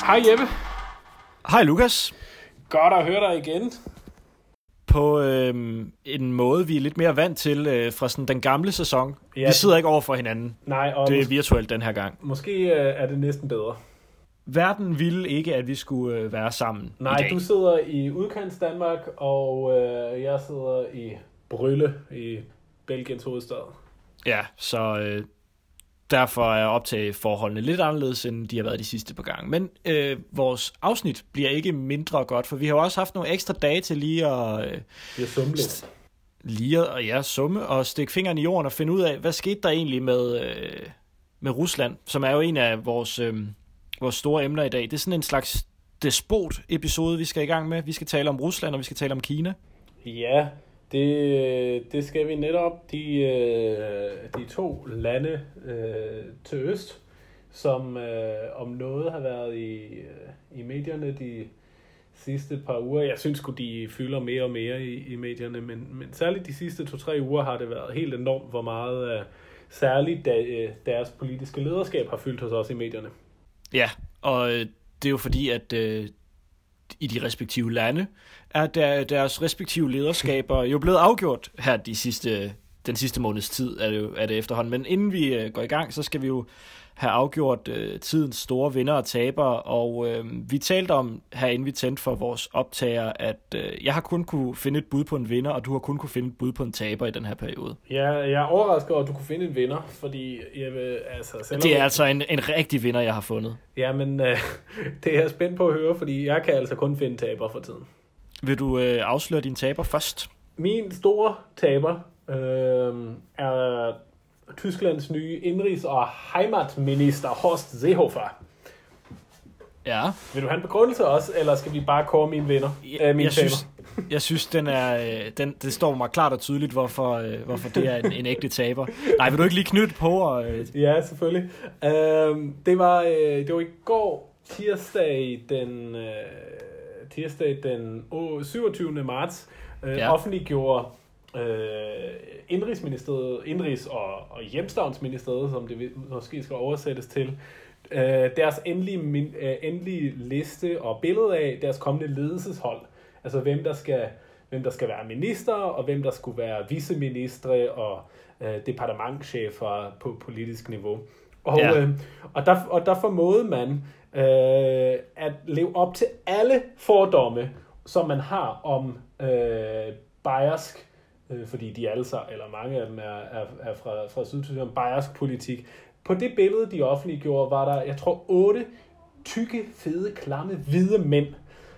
Hej Jeppe. Hej Lukas. Godt at høre dig igen. På en måde, vi er lidt mere vant til fra sådan den gamle sæson. Ja. Vi sidder ikke over for hinanden. Nej, og det er virtuelt den her gang. Måske er det næsten bedre. Verden ville ikke, at vi skulle være sammen. Nej, du sidder i udkants Danmark, og jeg sidder i Brügge i Belgiens hovedstad. Ja, så derfor er optageforholdene lidt anderledes, end de har været de sidste par gange. Men vores afsnit bliver ikke mindre godt, for vi har jo også haft nogle ekstra dage til lige at summe og stikke fingeren i jorden og finde ud af, hvad skete der egentlig med Rusland, som er jo en af vores store emner i dag. Det er sådan en slags despot-episode, vi skal i gang med. Vi skal tale om Rusland, og vi skal tale om Kina. Ja, det skal vi netop. De to lande til øst, som om noget har været i medierne de sidste par uger. Jeg synes sgu, de fylder mere og mere i medierne, men særligt de sidste 2-3 uger har det været helt enormt, hvor meget særligt deres politiske lederskab har fyldt hos os i medierne. Ja, og det er jo fordi, at i de respektive lande er deres respektive lederskaber jo blevet afgjort her den sidste måneds tid er det efterhånden. Men inden vi går i gang, så skal vi jo have afgjort tidens store vinder og tabere, og vi talte om her inden vi tændte for vores optager, at jeg har kun kunne finde et bud på en vinder, og du har kun kunne finde et bud på en taber i den her periode. Ja, jeg er overrasket over, at du kunne finde en vinder, fordi jeg vil, det er altså en rigtig vinder, jeg har fundet. Ja, men det er jeg spændt på at høre, fordi jeg kan altså kun finde taber for tiden. Vil du afsløre din taber først? Min store taber er Tysklands nye indrigs- og heimatminister Horst Seehofer. Ja. Vil du have en begrundelse også, eller skal vi bare kåre mine venner? Jeg synes, det står mig klart og tydeligt, hvorfor det er en ægte taber. Nej, vil du ikke lige knytte på? Ja, selvfølgelig. Det var i går, tirsdag den 27. marts, offentliggjorde Indrigs- og Hjemstavnsministeriet, som det måske skal oversættes til, deres endelige liste og billede af deres kommende ledelseshold. Altså hvem der skal være minister, og hvem der skulle være viceministre og departementschefer på politisk niveau. Og der formåede man at leve op til alle fordomme, som man har om bayersk, fordi de alle sammen, eller mange af dem er fra Sydtyskland, bayersk politik. På det billede, de offentliggjorde, var der, jeg tror, 8 tykke, fede, klamme, hvide mænd.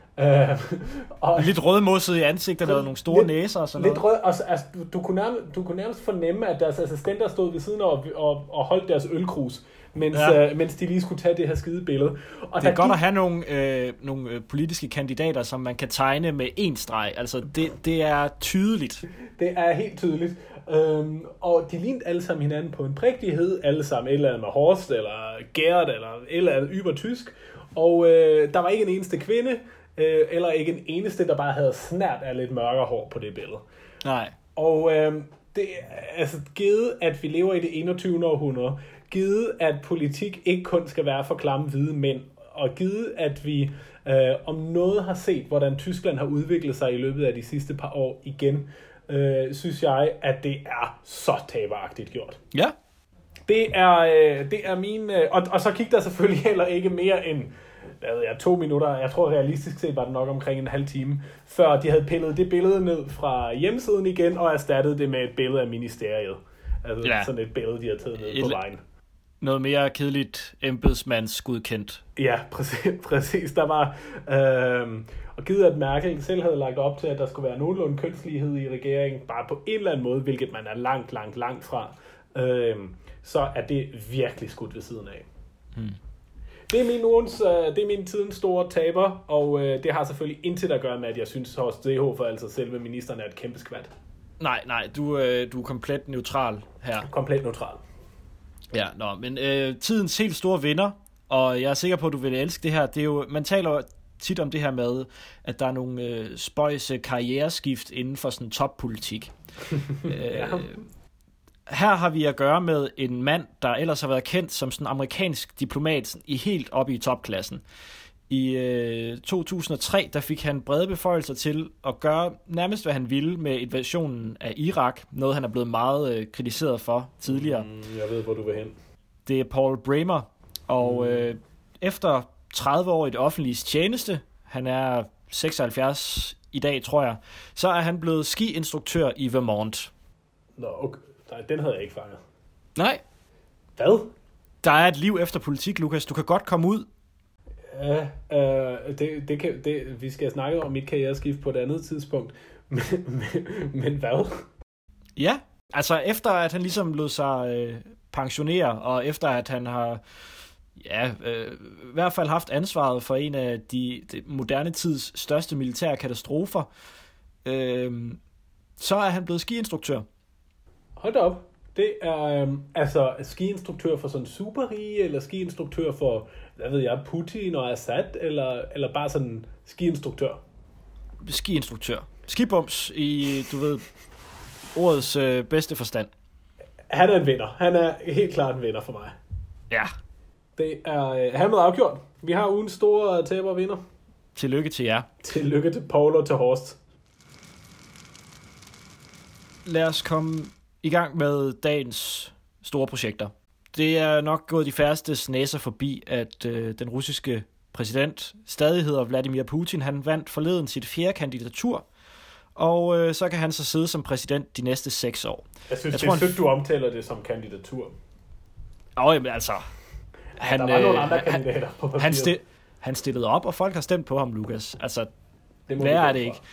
Og lidt rødmosset i ansigtet, og nogle store næser og sådan noget. Lidt rød, altså, du kunne nærmest fornemme, at deres assistenter stod ved siden og holdt deres ølkrus, mens de lige skulle tage det her skide billede. Og det er godt at have nogle politiske kandidater, som man kan tegne med én streg. Altså, det er tydeligt. Det er helt tydeligt. Og de lignede alle sammen hinanden på en prægtighed. Alle sammen et eller andet med Horst, eller Gerd, eller et eller andet ybertysk. Og der var ikke en eneste kvinde, eller ikke en eneste, der bare havde snært af lidt mørkere hår på det billede. Nej. Og det er altså givet, at vi lever i det 21. århundrede, givet, at politik ikke kun skal være for klamme hvide mænd, og givet, at vi om noget har set, hvordan Tyskland har udviklet sig i løbet af de sidste par år igen, synes jeg, at det er så taberagtigt gjort. Ja. Det er min... Og så gik der selvfølgelig heller ikke mere end 2 minutter. Jeg tror realistisk set var det nok omkring en halv time, før de havde pillet det billede ned fra hjemmesiden igen og erstattet det med et billede af ministeriet. Altså sådan et billede, de har taget ned på vejen. Noget mere kedeligt embedsmandsgodkendt. Ja, præcis. Der var... og givet at Merkel selv havde lagt op til, at der skulle være nogenlunde kønslighed i regeringen, bare på en eller anden måde, hvilket man er langt fra, så er det virkelig skudt ved siden af. Det er min tidens store taber, og det har selvfølgelig intet at gøre med, at jeg synes, Horst Seehofer, altså selve ministeren, er et kæmpe skvat. Nej, du er komplet neutral her. Komplet neutral. Ja, men tidens helt store vinder, og jeg er sikker på, at du vil elske det her, det er jo, man taler tit om det her med, at der er nogle spøjse karriereskift inden for sådan toppolitik. Ja. Her har vi at gøre med en mand, der ellers har været kendt som sådan en amerikansk diplomat i helt oppe i topklassen. I 2003, der fik han brede beføjelser til at gøre nærmest, hvad han ville med invasionen af Irak. Noget, han er blevet meget kritiseret for tidligere. Jeg ved, hvor du vil hen. Det er Paul Bremer, og efter 30 år i det offentlige tjeneste, han er 76 i dag, tror jeg, så er han blevet skiinstruktør i Vermont. Nå, okay. Nej, den havde jeg ikke fanget. Nej. Hvad? Der er et liv efter politik, Lukas. Du kan godt komme ud. Ja, vi skal snakke om mit karriereskift på et andet tidspunkt. Men hvad? Ja, altså efter at han ligesom lod sig pensionere, og efter at han har i hvert fald haft ansvaret for en af de moderne tids største militære katastrofer, så er han blevet skiinstruktør. Hold da op. Det er skiinstruktør for sådan superrige, eller skiinstruktør for, hvad ved jeg, Putin og Assad, eller bare sådan skiinstruktør? Skiinstruktør. Skibums i, du ved, ordets bedste forstand. Han er en vinder. Han er helt klart en vinder for mig. Ja. Det er hermed afgjort. Vi har ugens store taber og vinder. Tillykke til jer. Tillykke til Paul og til Horst. Lad os komme i gang med dagens store projekter. Det er nok gået de færreste næser forbi, at den russiske præsident stadig hedder Vladimir Putin. Han vandt forleden sit 4. kandidatur, og så kan han så sidde som præsident de næste 6 år. Jeg synes, det er sødt, du omtaler det som kandidatur. Men altså... Der var nogle andre kandidater på papiret. Han stillede op, og folk har stemt på ham, Lukas. Altså, hvad er det ikke?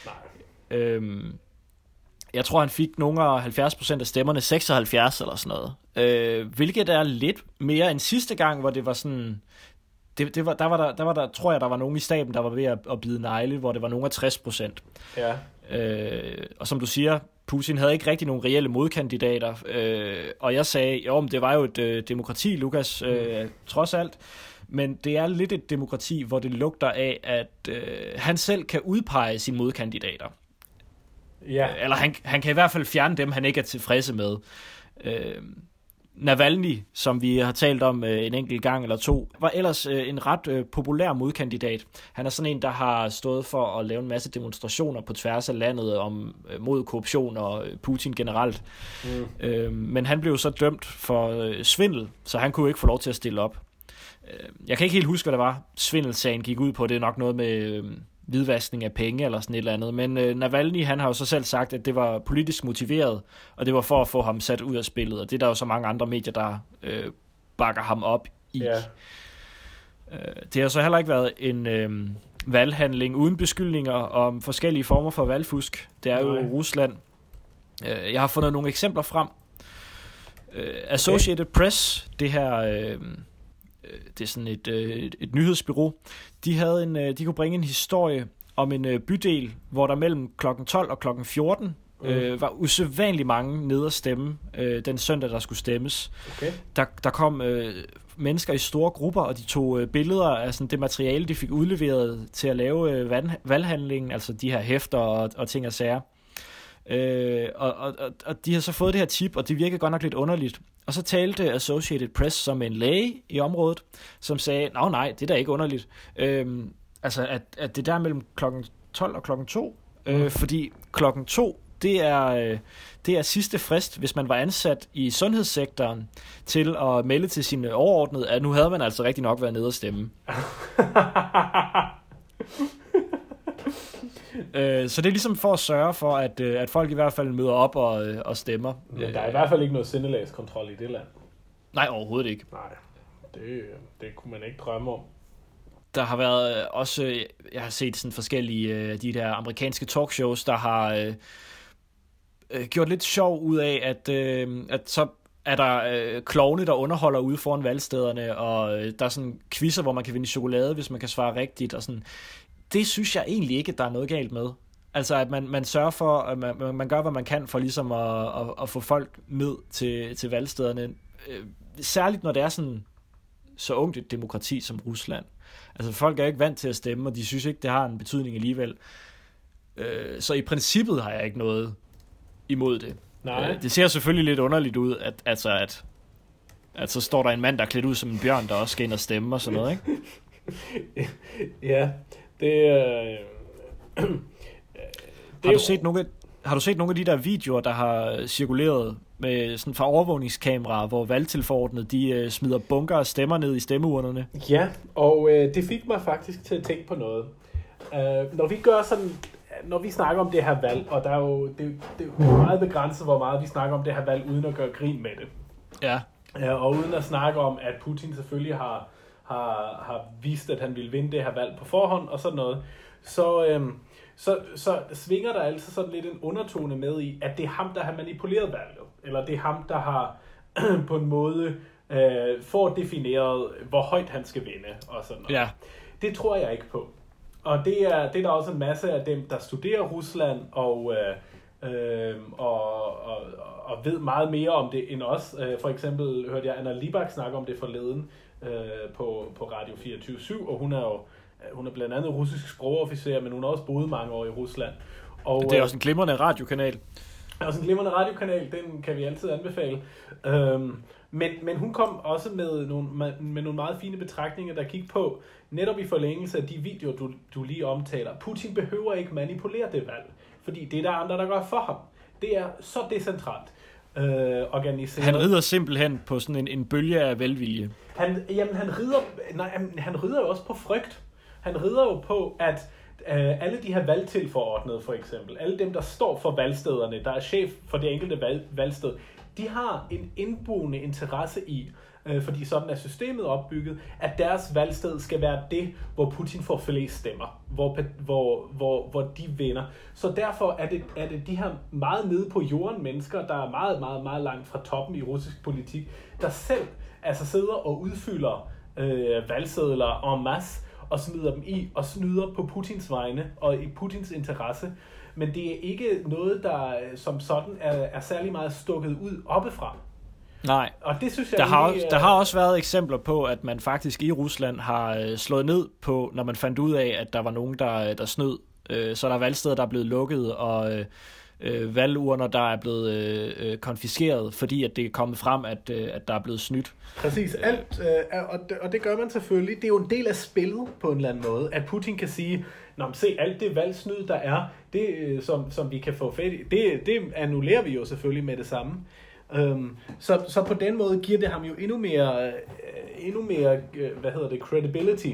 Jeg tror, han fik nogle af 70% af stemmerne, 76 eller sådan noget. Hvilket er lidt mere end sidste gang, hvor det var sådan... Der var tror jeg, der var nogen i staben, der var ved at bide negle, hvor det var nogle af 60%. Ja. Og som du siger, Putin havde ikke rigtig nogen reelle modkandidater, og jeg sagde, men det var jo et demokrati, Lukas, trods alt, men det er lidt et demokrati, hvor det lugter af, at han selv kan udpege sine modkandidater. Ja. Eller han kan i hvert fald fjerne dem, han ikke er tilfredse med. Navalny, som vi har talt om en enkelt gang eller to, var ellers en ret populær modkandidat. Han er sådan en, der har stået for at lave en masse demonstrationer på tværs af landet mod korruption og Putin generelt. Men han blev så dømt for svindel, så han kunne ikke få lov til at stille op. Jeg kan ikke helt huske, hvad det var, svindelsagen gik ud på. Det er nok noget med hvidvaskning af penge eller sådan et eller andet. Men Navalny, han har jo så selv sagt, at det var politisk motiveret, og det var for at få ham sat ud af spillet. Og det er der jo så mange andre medier, der bakker ham op i. Yeah. Det har så heller ikke været en valghandling uden beskyldninger om forskellige former for valgfusk. Det er jo Rusland. Jeg har fundet nogle eksempler frem. Associated Press, det her... det er sådan et nyhedsbureau. De kunne bringe en historie om en bydel, hvor der mellem klokken 12 og klokken 14 var usædvanligt mange nede at stemme den søndag, der skulle stemmes. Okay. Der kom mennesker i store grupper, og de tog billeder af sådan det materiale, de fik udleveret til at lave valghandlingen, altså de her hæfter og ting og sager. Og de har så fået det her tip, og det virkede godt nok lidt underligt. Og så talte Associated Press som en læge i området, som sagde, nej, det er da ikke underligt. Altså, at det der mellem klokken 12 og klokken 2, fordi klokken 2, det er sidste frist, hvis man var ansat i sundhedssektoren, til at melde til sine overordnede, at nu havde man altså rigtig nok været nede at stemme. Så det er ligesom for at sørge for, at folk i hvert fald møder op og stemmer. Men der er i hvert fald ikke noget sindelagskontrol i det land. Nej, overhovedet ikke. Nej, det kunne man ikke drømme om. Der har været også, jeg har set sådan forskellige de der amerikanske talkshows, der har gjort lidt sjov ud af, at så er der klovne, der underholder ude foran valgstederne, og der er sådan quizzer, hvor man kan vinde chokolade, hvis man kan svare rigtigt, og sådan. Det synes jeg egentlig ikke, at der er noget galt med. Altså, at man sørger for, at man gør, hvad man kan for ligesom at få folk ned til valgstederne. Særligt, når det er sådan så ungt et demokrati som Rusland. Altså, folk er ikke vant til at stemme, og de synes ikke, det har en betydning alligevel. Så i princippet har jeg ikke noget imod det. Nej. Det ser selvfølgelig lidt underligt ud, at så står der en mand, der er klædt ud som en bjørn, der også skal ind og stemme og sådan noget, ikke? Ja, det er... Har du set nogle af de der videoer, der har cirkuleret med sådan fra overvågningskameraer, hvor valgtilforordnede, de smider bunker af stemmer ned i stemmeurnerne? Ja, og det fik mig faktisk til at tænke på noget. Når vi snakker om det her valg, og der er jo, det er meget begrænset, hvor meget vi snakker om det her valg, uden at gøre grin med det. Ja. Og uden at snakke om, at Putin selvfølgelig har vist, at han ville vinde det her valg på forhånd, og sådan noget, så svinger der altså sådan lidt en undertone med i, at det er ham, der har manipuleret valget. Eller det er ham, der har på en måde får defineret, hvor højt han skal vinde, og sådan noget. Ja. Det tror jeg ikke på. Og det er der også en masse af dem, der studerer Rusland og ved meget mere om det end os. For eksempel hørte jeg Anna Libak snakke om det forleden på Radio 24/7, og hun er blandt andet russisk sprogofficer, men hun har også boet mange år i Rusland. Og det er også en glimrende radiokanal. Også en glimrende radiokanal, den kan vi altid anbefale. Men hun kom også med nogle meget fine betragtninger, der gik på, netop i forlængelse af de videoer, du lige omtaler. Putin behøver ikke manipulere det valg, fordi det er der andre, der gør for ham. Det er så decentralt organiseret. Han rider simpelthen på sådan en bølge af velvilje. Han rider jo også på frygt. Han rider jo på, at alle de her valgtilforordnede, for eksempel, alle dem, der står for valgstederne, der er chef for det enkelte valgsted, de har en indboende interesse i, fordi sådan er systemet opbygget, at deres valgsted skal være det, hvor Putin får flest stemmer, hvor de vinder. Så derfor er det de her meget nede på jorden mennesker, der er meget, meget, meget langt fra toppen i russisk politik, der selv altså sidder og udfylder valgsedler en masse, og smider dem i, og snyder på Putins vegne, og i Putins interesse. Men det er ikke noget, der som sådan er særlig meget stukket ud oppefra. Nej. Og det synes jeg der har også været eksempler på, at man faktisk i Rusland har slået ned på, når man fandt ud af, at der var nogen, der snød. Så der er valgsteder, der er blevet lukket, og valgurner, der er blevet konfiskeret, fordi at det er kommet frem, at der er blevet snydt. Præcis. Alt, og det gør man selvfølgelig. Det er jo en del af spillet på en eller anden måde, at Putin kan sige, nå, se, alt det valgsnyd, der er, det som vi kan få fat i, det annullerer vi jo selvfølgelig med det samme. Så på den måde giver det ham jo endnu mere credibility,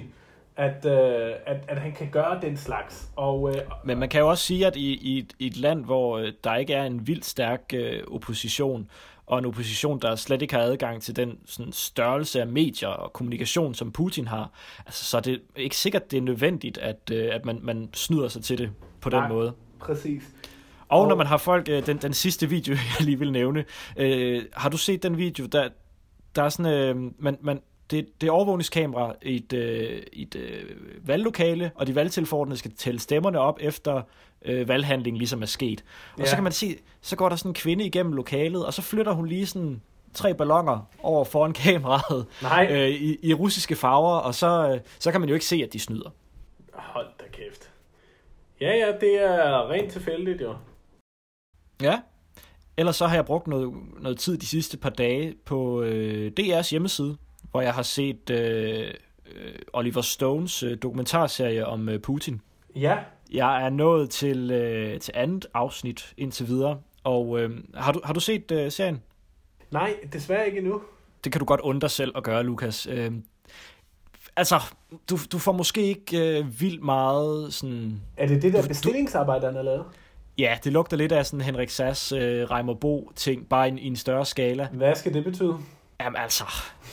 at han kan gøre den slags. Men man kan jo også sige, at i et land, hvor der ikke er en vildt stærk opposition, og en opposition, der slet ikke har adgang til den sådan, størrelse af medier og kommunikation, som Putin har, altså, så er det ikke sikkert, det er nødvendigt, at man snyder sig til det på den måde. Præcis. Og når man har folk, den sidste video, jeg lige vil nævne, har du set den video, der er sådan, det er overvågningskamera i et valglokale, og de valgtilforordnede skal tælle stemmerne op efter valghandlingen ligesom er sket. Og så kan man se, så går der sådan en kvinde igennem lokalet, og så flytter hun lige sådan 3 balloner over foran kameraet i russiske farver, og så kan man jo ikke se, at de snyder. Hold da kæft. Ja, det er rent tilfældigt jo. Ja. Ellers så har jeg brugt noget tid de sidste par dage på DR's hjemmeside, hvor jeg har set Oliver Stones dokumentarserie om Putin. Ja. Jeg er nået til andet afsnit indtil videre, og har du set serien? Nej, desværre ikke endnu. Det kan du godt undre dig selv at gøre, Lukas. Altså, du får måske ikke vildt meget sådan... Er det der bestillingsarbejde, han har lavet? Ja, det lugter lidt af sådan Henrik Sass, Reimer Bo ting, bare i en større skala. Hvad skal det betyde? Jamen altså...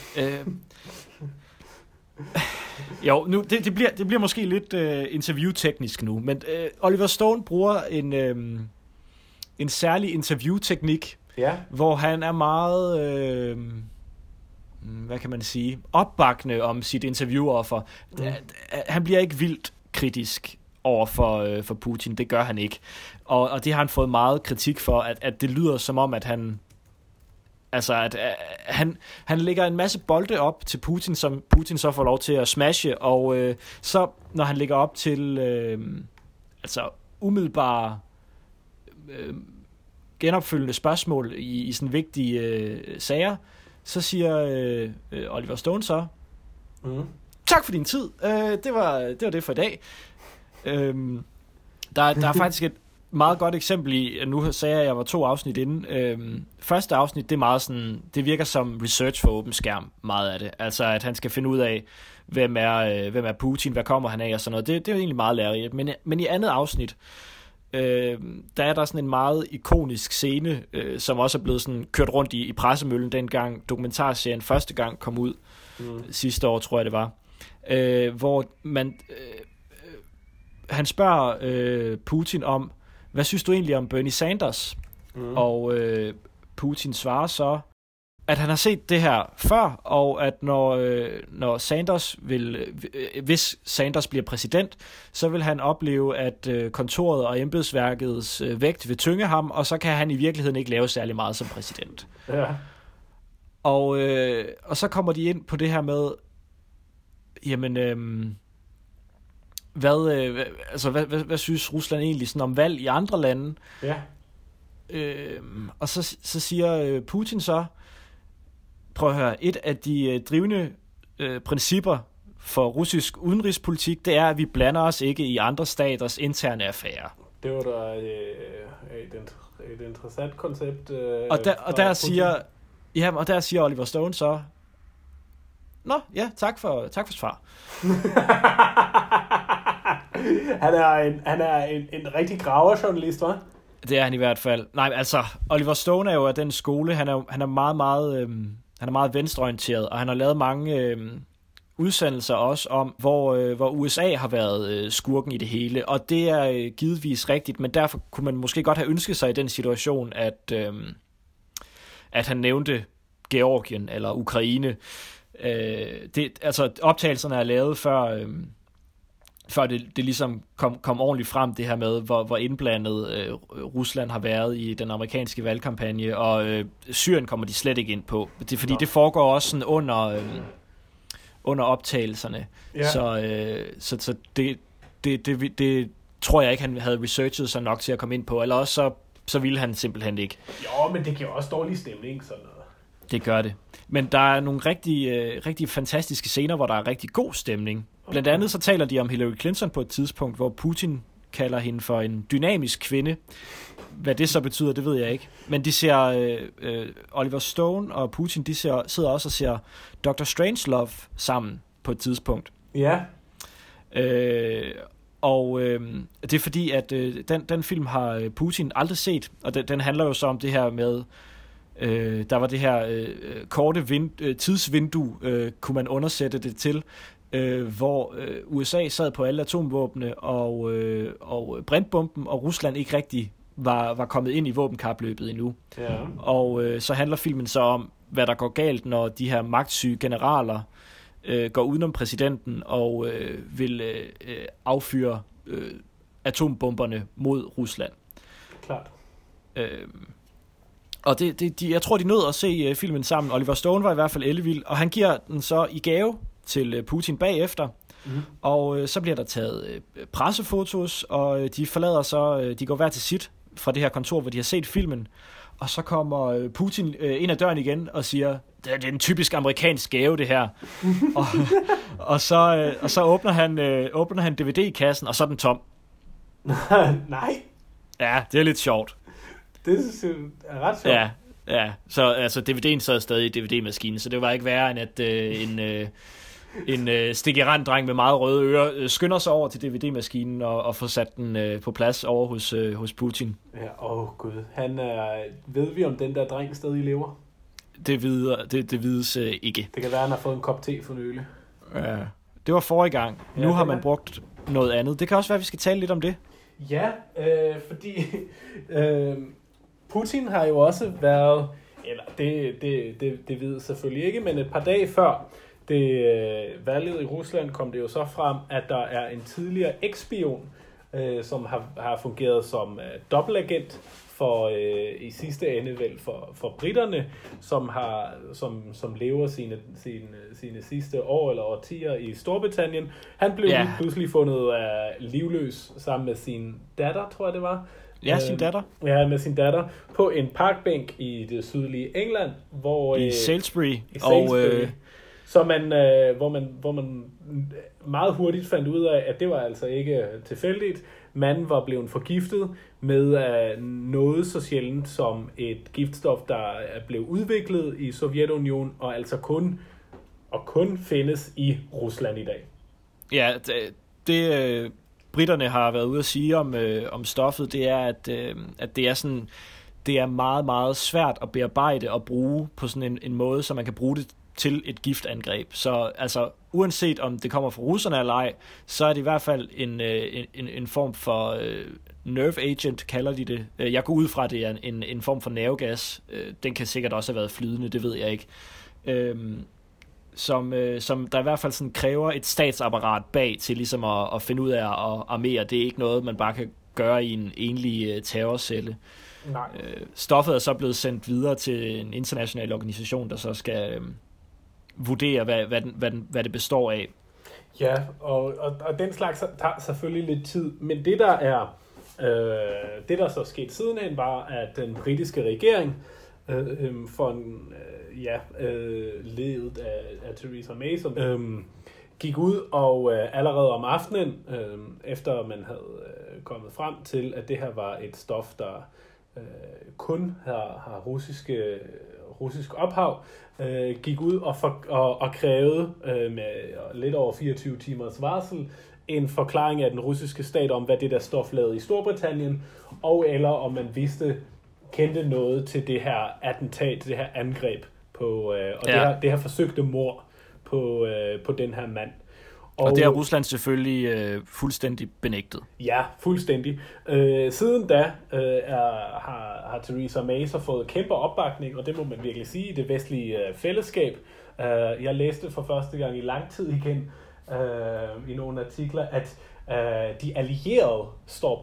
Jo, nu, det bliver måske lidt interviewteknisk nu, men Oliver Stone bruger en særlig interviewteknik, hvor han er meget... hvad kan man sige, opbakkende om sit interviewoffer. Han bliver ikke vildt kritisk over for Putin, det gør han ikke. Og det har han fået meget kritik for, at det lyder som om, at han han lægger en masse bolde op til Putin, som Putin så får lov til at smashe, og så når han lægger op til umiddelbare genopfølgende spørgsmål i sådan vigtige sager, så siger Oliver Stone så, tak for din tid. Det var det for i dag. Der er faktisk et meget godt eksempel i, nu sagde jeg, at jeg var 2 afsnit inde. Første afsnit, det er meget sådan, det virker som research for åben skærm, meget af det. Altså, at han skal finde ud af, hvem er Putin, hvad kommer han af og sådan noget. Det er jo egentlig meget lærerigt. Men i andet afsnit, der er der sådan en meget ikonisk scene, som også er blevet sådan kørt rundt i pressemøllen, dengang dokumentarserien første gang kom ud, sidste år, tror jeg det var, hvor han spørger Putin om, hvad synes du egentlig om Bernie Sanders? Og Putin svarer så, at han har set det her før, og at når Sanders hvis Sanders bliver præsident, så vil han opleve, at kontoret og embedsværkets vægt vil tynge ham, og så kan han i virkeligheden ikke lave særlig meget som præsident. Ja. Og så kommer de ind på det her med, jamen, hvad synes Rusland egentlig sådan om valg i andre lande? Ja. Og så siger Putin så, prøv at høre, et af de drivende principper for russisk udenrigspolitik, det er, at vi blander os ikke i andre staters interne affærer. Det var da et interessant koncept. Og der siger Oliver Stone så, nå, ja, tak for svar. Han er en rigtig graverjournalist, hva'? Det er han i hvert fald. Nej, altså, Oliver Stone er jo af den skole, han er meget, meget, han er meget venstreorienteret, og han har lavet mange udsendelser også om, hvor USA har været skurken i det hele, og det er givetvis rigtigt, men derfor kunne man måske godt have ønsket sig i den situation, at han nævnte Georgien eller Ukraine. Altså, optagelserne er lavet før det ligesom kom ordentligt frem, det her med, hvor indblandet Rusland har været i den amerikanske valgkampagne, og Syrien kommer de slet ikke ind på. Det er fordi, det foregår også sådan under optagelserne. Ja. Så det tror jeg ikke, han havde researchet sig nok til at komme ind på, eller også så ville han simpelthen ikke. Jo, men det giver også dårlig stemning, sådan noget. Det gør det. Men der er nogle rigtig fantastiske scener, hvor der er rigtig god stemning. Blandt andet så taler de om Hillary Clinton på et tidspunkt, hvor Putin kalder hende for en dynamisk kvinde. Hvad det så betyder, det ved jeg ikke. Men de ser Oliver Stone og Putin, de sidder også og ser Dr. Strangelove sammen på et tidspunkt. Ja. Det er fordi, at den film har Putin aldrig set, og den handler jo så om det her med, der var det her korte tidsvindue, kunne man undersætte det til, hvor USA sad på alle atomvåbne og brintbomben, og Rusland ikke rigtig var kommet ind i våbenkapløbet endnu. Ja. Og så handler filmen så om, hvad der går galt, når de her magtsyge generaler går udenom præsidenten og vil affyre atombomberne mod Rusland. Klart. Og jeg tror, de nåede at se filmen sammen. Oliver Stone var i hvert fald ellevild, og han giver den så i gave til Putin bagefter. Og så bliver der taget pressefotos, og de forlader så, de går hver til sit fra det her kontor, hvor de har set filmen. Og så kommer Putin ind ad døren igen og siger, det er en typisk amerikansk gave, det her. og så åbner han DVD-kassen, og så er den tom. Nej. Ja, det er lidt sjovt. Det er ret sjovt. Ja. Så altså, DVD'en sad stadig i DVD-maskinen, så det var ikke værre end at en stigerand-dreng med meget røde ører skynder sig over til DVD-maskinen og får sat den på plads over hos Putin. Ja, gud. Ved vi om den der dreng stadig lever? Det vides ikke. Det kan være, han har fået en kop te for nylig. Ja, det var forrige gang. Ja, nu har man brugt noget andet. Det kan også være, at vi skal tale lidt om det. Ja, fordi Putin har jo også været, eller det ved selvfølgelig ikke, men et par dage før valget i Rusland kom det jo så frem, at der er en tidligere eksspion, som har fungeret som dobbeltagent for i sidste ende vel for britterne, som lever sine sidste år eller årtier i Storbritannien. Han blev pludselig fundet livløs sammen med sin datter, tror jeg det var. Ja, sin datter. Ja, med sin datter på en parkbænk i det sydlige England, hvor i Salisbury. Så hvor man meget hurtigt fandt ud af, at det var altså ikke tilfældigt. Manden var blevet forgiftet med noget så sjældent som et giftstof, der er blevet udviklet i Sovjetunionen, og altså kun findes i Rusland i dag. Ja, det britterne har været ude at sige om stoffet, det er, at det er sådan, det er meget, meget svært at bearbejde og bruge på sådan en måde, så man kan bruge det til et giftangreb. Så altså, uanset om det kommer fra russerne eller ej, så er det i hvert fald en form for nerve agent, kalder de det. Jeg går ud fra, at det er en form for nervegas. Den kan sikkert også have været flydende, det ved jeg ikke. Som der i hvert fald sådan kræver et statsapparat bag til ligesom at finde ud af at armere. Det er ikke noget, man bare kan gøre i en enlig terrorcelle. Nej. Stoffet er så blevet sendt videre til en international organisation, der så skal vurdere, hvad det består af. Ja, og den slags tager selvfølgelig lidt tid, men det der så skete sidenhen, var, at den britiske regering ledet af Theresa May, som gik ud og allerede om aftenen, efter man havde kommet frem til, at det her var et stof, der kun har russisk ophav, gik ud og krævede med lidt over 24 timers varsel en forklaring af den russiske stat om, hvad det der stof lavede i Storbritannien, og eller om man kendte noget til det her attentat, det her angreb på, det her forsøgte mord på den her mand. Og det har Rusland selvfølgelig fuldstændig benægtet. Ja, fuldstændig. Siden da har Theresa May så fået kæmpe opbakning, og det må man virkelig sige, i det vestlige fællesskab. Jeg læste for første gang i lang tid igen i nogle artikler, at de allierede står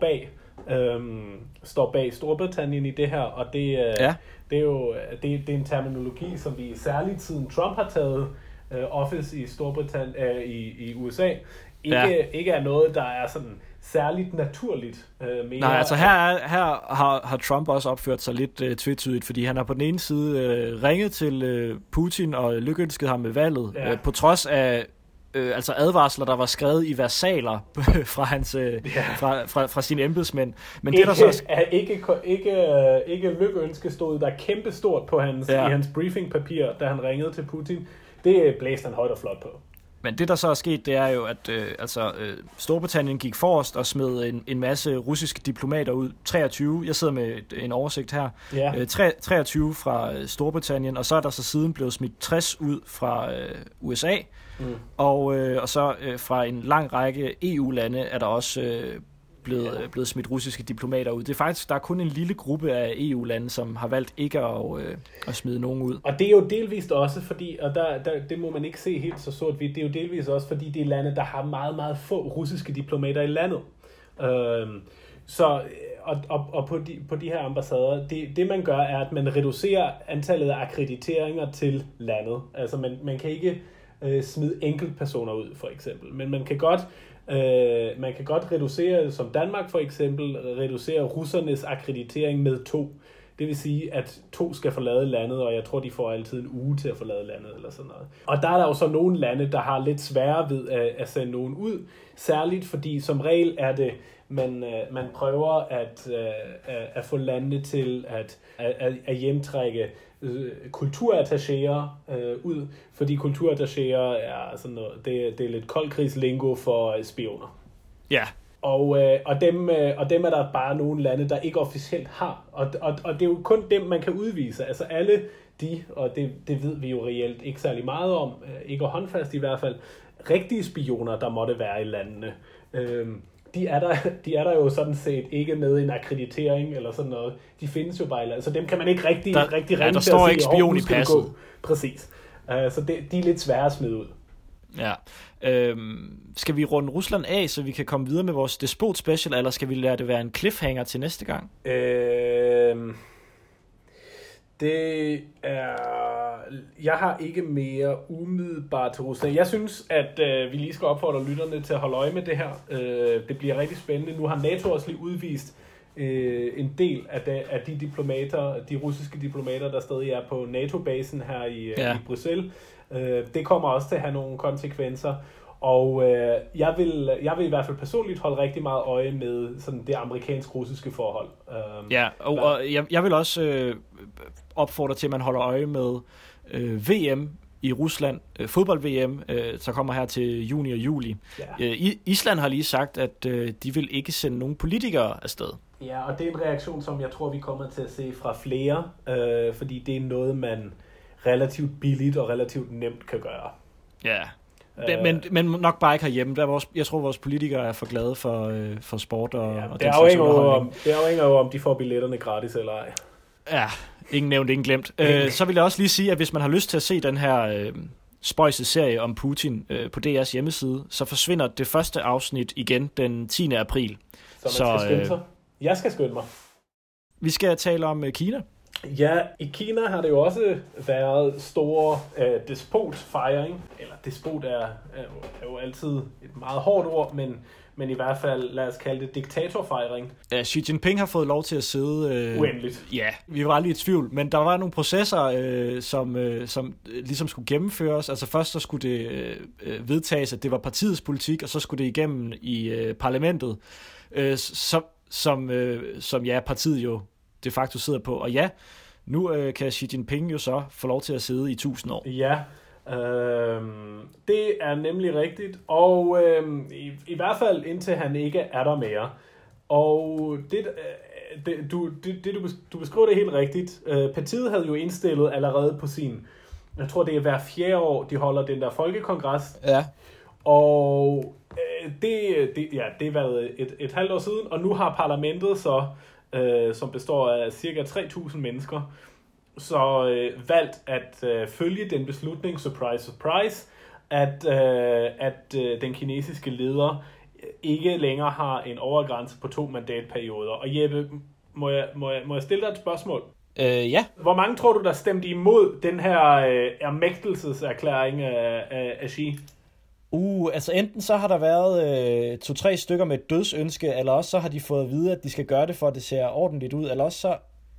bag Storbritannien i det her, og det er jo det er en terminologi, som vi særligt siden Trump har taget office i Storbritannien, i USA, ikke er noget, der er sådan særligt naturligt. Mere. Nej, altså her har Trump også opført sig lidt tvetydigt, fordi han har på den ene side ringet til Putin og lykønsket ham med valget, på trods af altså advarsler, der var skrevet i versaler fra hans fra sine embedsmænd. Men ikke, det der så ikke lykønske stod der kæmpestort på i hans briefingpapir, da han ringede til Putin. Det blæste han højt og flot på. Men det, der så er sket, det er jo, at Storbritannien gik forrest og smed en masse russiske diplomater ud. 23, jeg sidder med en oversigt her. 23 fra Storbritannien, og så er der så siden blevet smidt 60 ud fra USA. Og så fra en lang række EU-lande er der også blevet smidt russiske diplomater ud. Det er faktisk, der er kun en lille gruppe af EU-lande, som har valgt ikke at smide nogen ud. Og det er jo delvist også fordi, og det må man ikke se helt så sort-hvidt, det er jo delvist også fordi det er lande, der har meget, meget få russiske diplomater i landet. Og på de her ambassader, det man gør, er, at man reducerer antallet af akkrediteringer til landet. Altså man kan ikke smide enkeltpersoner ud, for eksempel. Men man kan godt reducere, som Danmark for eksempel, reducere russernes akkreditering med 2. Det vil sige, at 2 skal forlade landet, og jeg tror, de får altid en uge til at forlade landet, eller sådan noget. Og der er der jo så nogle lande, der har lidt sværere ved at sende nogen ud. Særligt fordi som regel er det, man prøver at få landene til at hjemtrække kulturattachéer ud, fordi kulturatachéer er sådan noget, det er lidt koldkrigslingo for spioner. Ja. Og dem er der bare nogle lande, der ikke officielt har. Og det er jo kun dem, man kan udvise. Altså alle de, og det ved vi jo reelt ikke særlig meget om, ikke håndfast i hvert fald, rigtige spioner, der måtte være i landene. De er der jo sådan set ikke med en akkreditering eller sådan noget. De findes jo bare i landet, så dem kan man ikke rigtig ringe til. Der står ikke spion i passet. Præcis. Så de er lidt svære at smide ud. Ja. Skal vi runde Rusland af, så vi kan komme videre med vores Despot Special, eller skal vi lade det være en cliffhanger til næste gang? Jeg har ikke mere umiddelbart til Rusland. Jeg synes, at vi lige skal opfordre lytterne til at holde øje med det her. Det bliver rigtig spændende. Nu har NATO også lige udvist en del af de diplomater, de russiske diplomater, der stadig er på NATO-basen her i Bruxelles. Det kommer også til at have nogle konsekvenser. Og jeg vil i hvert fald personligt holde rigtig meget øje med sådan det amerikansk-russiske forhold. Og jeg vil også opfordre til, at man holder øje med VM i Rusland, fodbold-VM, der kommer her til juni og juli. Ja. Island har lige sagt, at de vil ikke sende nogen politikere afsted. Ja, og det er en reaktion, som jeg tror, vi kommer til at se fra flere, fordi det er noget, man relativt billigt og relativt nemt kan gøre. Ja, men nok bare ikke herhjemme. Jeg tror, vores politikere er for glade for sport og det afhænger jo om de får billetterne gratis eller ej. Ja, ingen nævnt, ingen glemt. Så vil jeg også lige sige, at hvis man har lyst til at se den her spøjse serie om Putin på DR's hjemmeside, så forsvinder det første afsnit igen den 10. april. Så man skal skynde sig. Jeg skal skynde mig. Vi skal tale om Kina. Ja, i Kina har det jo også været store despotfejring. Eller despot er jo altid et meget hårdt ord, men i hvert fald, lad os kalde det diktatorfejring. Ja, Xi Jinping har fået lov til at sidde... uendeligt. Ja, vi var aldrig i tvivl, men der var nogle processer, som ligesom skulle gennemføres. Altså først så skulle det vedtages, at det var partiets politik, og så skulle det igennem i parlamentet, som partiet jo de facto sidder på. Og ja, nu kan Xi Jinping jo så få lov til at sidde i 1000 år. Ja, det er nemlig rigtigt, og i hvert fald indtil han ikke er der mere. Og du beskriver det helt rigtigt. Partiet havde jo indstillet allerede på jeg tror det er hver 4 år, de holder den der folkekongres. Ja. Og det er været et halvt år siden, og nu har parlamentet så, som består af cirka 3.000 mennesker, så valgt at følge den beslutning, surprise, surprise, at den kinesiske leder ikke længere har en overgrænse på 2 mandatperioder. Og Jeppe, må jeg stille dig et spørgsmål? Ja. Hvor mange tror du, der stemte imod den her ermægtelseserklæring af Xi? Altså enten så har der været 2-3 stykker med et dødsønske, eller også så har de fået at vide, at de skal gøre det, for at det ser ordentligt ud, eller også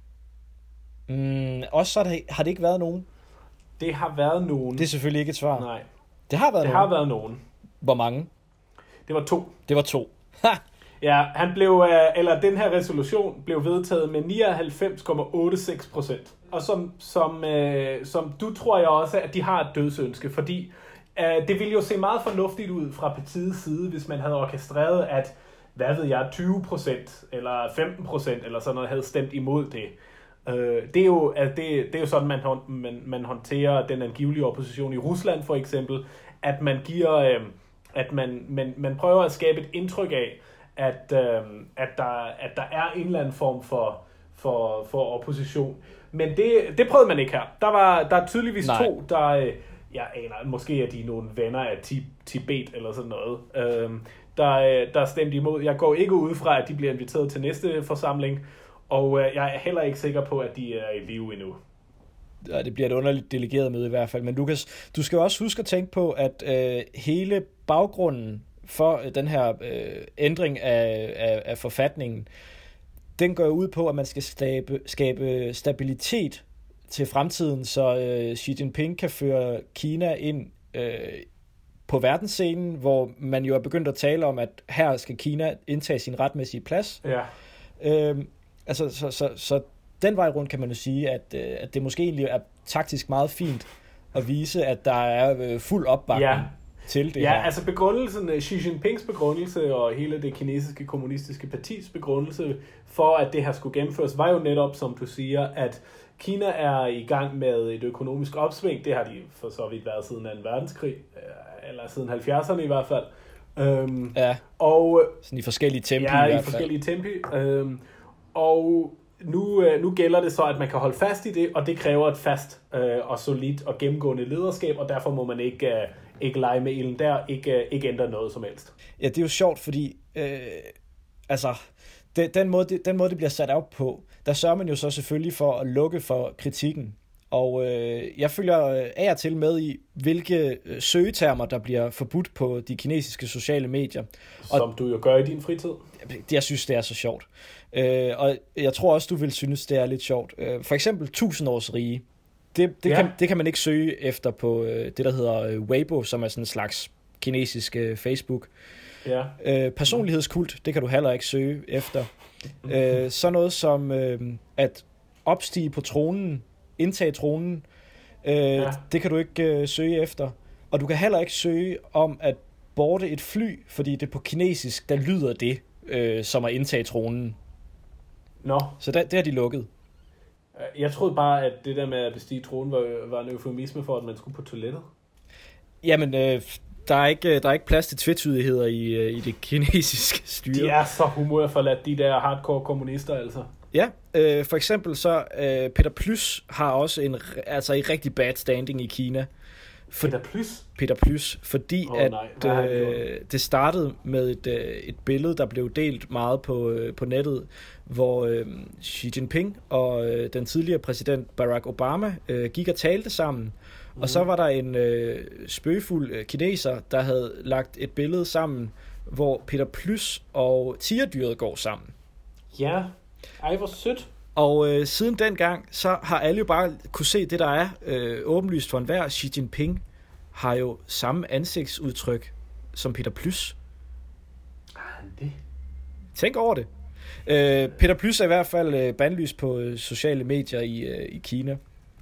så har det ikke været nogen. Det har været nogen. Det er selvfølgelig ikke et svar. Nej. Det har været nogen. Hvor mange? Det var 2. Det var 2. Ja, den her resolution blev vedtaget med 99,86%. Og som du tror jeg også, at de har et dødsønske, fordi det ville jo se meget fornuftigt ud fra partiets side, hvis man havde orkestreret, at 20% eller 15% eller sådan noget havde stemt imod det. Det er jo sådan, man håndterer den angivelige opposition i Rusland for eksempel, at man giver, at man prøver at skabe et indtryk af, at der er en eller anden form for opposition. Men det prøvede man ikke her. Der er tydeligvis 2, der jeg aner, måske er de nogle venner af Tibet eller sådan noget, der stemte imod. Jeg går ikke ud fra, at de bliver inviteret til næste forsamling, og jeg er heller ikke sikker på, at de er i live endnu. Ja, det bliver et underligt delegeret møde i hvert fald. Men du skal også huske at tænke på, at hele baggrunden for den her ændring af forfatningen, den går ud på, at man skal skabe stabilitet til fremtiden, så Xi Jinping kan føre Kina ind på verdensscenen, hvor man jo er begyndt at tale om, at her skal Kina indtage sin retmæssige plads. Ja. Så den vej rundt kan man jo sige, at det måske egentlig er taktisk meget fint at vise, at der er fuld opbakning til det her. Ja, altså begrundelsen, Xi Jinpings begrundelse og hele det kinesiske kommunistiske partis begrundelse for, at det her skulle gennemføres, var jo netop, som du siger, at Kina er i gang med et økonomisk opsving. Det har de for så vidt været siden 2. verdenskrig, eller siden 70'erne i hvert fald. Og sådan i forskellige tempi i hvert fald. Ja, i forskellige tempi. Og nu gælder det så, at man kan holde fast i det, og det kræver et fast og solidt og gennemgående lederskab, og derfor må man ikke lege med ilden der, ikke ændre noget som helst. Ja, det er jo sjovt, fordi den måde, det bliver sat op på, der sørger man jo så selvfølgelig for at lukke for kritikken. Og jeg følger af og til med i, hvilke søgetermer, der bliver forbudt på de kinesiske sociale medier. Som du jo gør i din fritid. Jeg synes, det er så sjovt. Og jeg tror også, du vil synes, det er lidt sjovt. For eksempel 1000-årsrige. Det kan man ikke søge efter på det, der hedder Weibo, som er sådan en slags kinesisk Facebook. Ja. Personlighedskult, det kan du heller ikke søge efter. Sådan noget som at opstige på tronen, indtage tronen, det kan du ikke søge efter. Og du kan heller ikke søge om at boarde et fly, fordi det på kinesisk, der lyder det, som at indtage tronen. Nå. Så det har de lukket. Jeg troede bare, at det der med at bestige tronen var en eufemisme for, at man skulle på toilettet. Jamen, der er ikke plads til tvetydigheder i det kinesiske styre. De er så humørforladt, de der hardcore kommunister, altså. Ja, for eksempel så Peter Plys har også en rigtig bad standing i Kina. Peter Plys, fordi det startede med et billede, der blev delt meget på nettet, hvor Xi Jinping og den tidligere præsident Barack Obama gik og talte sammen. Og så var der en spøgefuld kineser, der havde lagt et billede sammen, hvor Peter Plys og tigerdyret går sammen. Ja, ej hvor sødt. Og siden dengang, så har alle jo bare kunne se det, der er åbenlyst for enhver. Xi Jinping har jo samme ansigtsudtryk som Peter Plys. Det. Tænk over det. Peter Plys er i hvert fald bandlyst på sociale medier i Kina.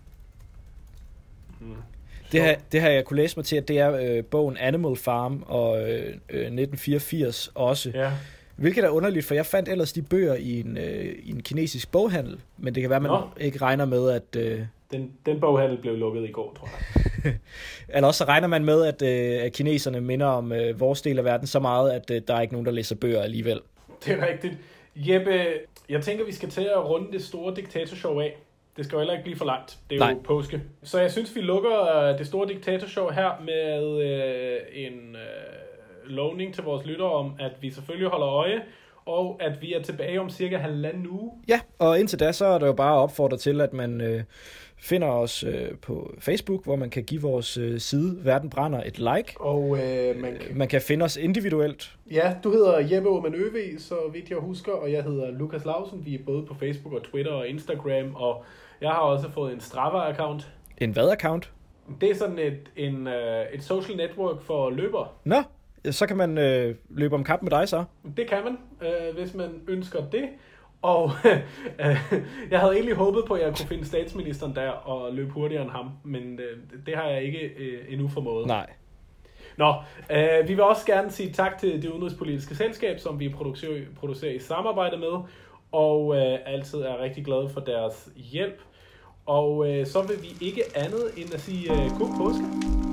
Det har jeg kunne læse mig til, at det er bogen Animal Farm og 1984 også. Ja. Hvilket er underligt, for jeg fandt ellers de bøger i en kinesisk boghandel, men det kan være, man ikke regner med, at... Den boghandel blev lukket i går, tror jeg. Eller også så regner man med, at kineserne minder om vores del af verden så meget, at der er ikke nogen, der læser bøger alligevel. Det er rigtigt. Jeppe, jeg tænker, vi skal til at runde det store diktatorshow af. Det skal jo heller ikke blive for langt. Det er jo påske. Så jeg synes, vi lukker det store diktatorshow her med en lovning til vores lyttere om, at vi selvfølgelig holder øje, og at vi er tilbage om cirka 1,5 uge. Ja, og indtil da, så er det jo bare opfordret til, at man finder os på Facebook, hvor man kan give vores side Verden Brænder et like. Og man kan finde os individuelt. Ja, du hedder Jeppe Aumann Øve, så vidt jeg husker, og jeg hedder Lukas Lausen. Vi er både på Facebook og Twitter og Instagram, og jeg har også fået en Strava-account. En hvad-account? Det er sådan et social network for løbere. Nå, så kan man løbe om kamp med dig så? Det kan man, hvis man ønsker det. Og jeg havde egentlig håbet på, at jeg kunne finde statsministeren der og løbe hurtigere end ham, men det har jeg ikke endnu formået. Nej. Nå, vi vil også gerne sige tak til Det Udenrigspolitiske Selskab, som vi producerer i samarbejde med, og altid er rigtig glade for deres hjælp. Og så vil vi ikke andet end at sige god påske.